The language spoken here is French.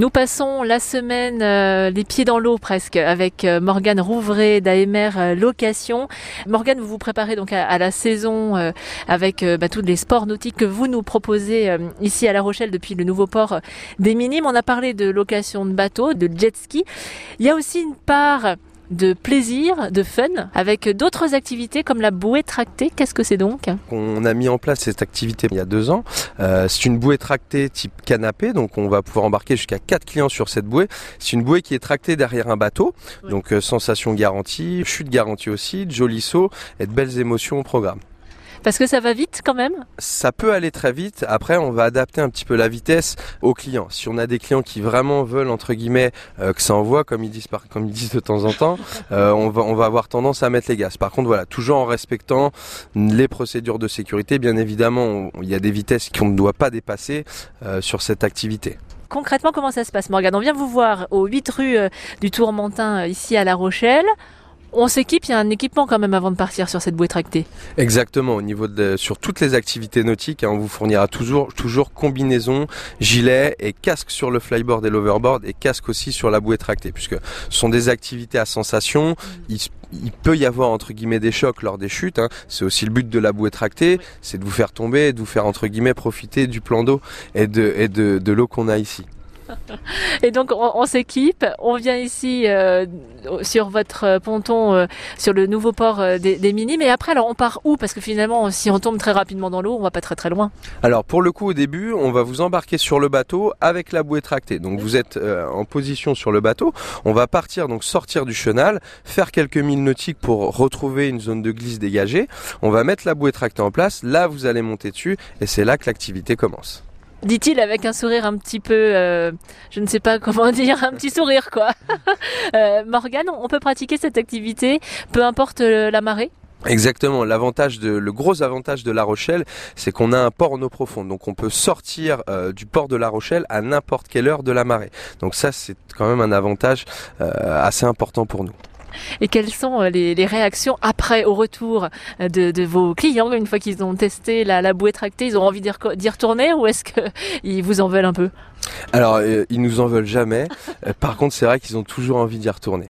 Nous passons la semaine les pieds dans l'eau presque avec Morgane Rouvray d'AMR Location. Morgane, vous vous préparez donc à la saison avec tous les sports nautiques que vous nous proposez ici à La Rochelle depuis le nouveau port des Minimes. On a parlé de location de bateaux, de jet ski. Il y a aussi une part de plaisir, de fun, avec d'autres activités comme la bouée tractée. Qu'est-ce que c'est donc ? On a mis en place cette activité il y a 2 ans. C'est une bouée tractée type canapé, donc on va pouvoir embarquer jusqu'à 4 clients sur cette bouée. C'est une bouée qui est tractée derrière un bateau, donc sensation garantie, chute garantie aussi, de jolis sauts et de belles émotions au programme. Parce que ça va vite quand même ? Ça peut aller très vite. Après, on va adapter un petit peu la vitesse aux clients. Si on a des clients qui vraiment veulent, entre guillemets, que ça envoie, comme ils disent de temps en temps, on va avoir tendance à mettre les gaz. Par contre, voilà, toujours en respectant les procédures de sécurité. Bien évidemment, il y a des vitesses qu'on ne doit pas dépasser sur cette activité. Concrètement, comment ça se passe, Morgane ? On vient vous voir aux 8 rues du Tourmentin, ici à La Rochelle. On s'équipe, il y a un équipement quand même avant de partir sur cette bouée tractée. Exactement, au niveau sur toutes les activités nautiques, on vous fournira toujours combinaison, gilet et casque sur le flyboard et l'overboard et casque aussi sur la bouée tractée, puisque ce sont des activités à sensation. Il peut y avoir entre guillemets des chocs lors des chutes, C'est aussi le but de la bouée tractée, c'est de vous faire tomber et de vous faire entre guillemets profiter du plan d'eau et de l'eau qu'on a ici. Et donc on s'équipe, on vient ici sur votre ponton, sur le nouveau port des Minimes. Et après, alors on part où ? Parce que finalement, si on tombe très rapidement dans l'eau, on va pas très loin. Alors pour le coup, au début, on va vous embarquer sur le bateau avec la bouée tractée. Donc vous êtes en position sur le bateau. On va sortir du chenal, faire quelques milles nautiques pour retrouver une zone de glisse dégagée. On va mettre la bouée tractée en place. Là, vous allez monter dessus et c'est là que l'activité commence. Dit-il avec un sourire un petit peu, je ne sais pas comment dire, un petit sourire quoi. Morgane, on peut pratiquer cette activité, peu importe la marée ? Exactement. Le gros avantage de La Rochelle, c'est qu'on a un port en eau profonde. Donc on peut sortir du port de La Rochelle à n'importe quelle heure de la marée. Donc ça, c'est quand même un avantage assez important pour nous. Et quelles sont les réactions après, au retour de vos clients, une fois qu'ils ont testé la bouée tractée, ils ont envie d'y retourner ou est-ce qu'ils vous en veulent un peu ? Alors, ils nous en veulent jamais. Par contre, c'est vrai qu'ils ont toujours envie d'y retourner.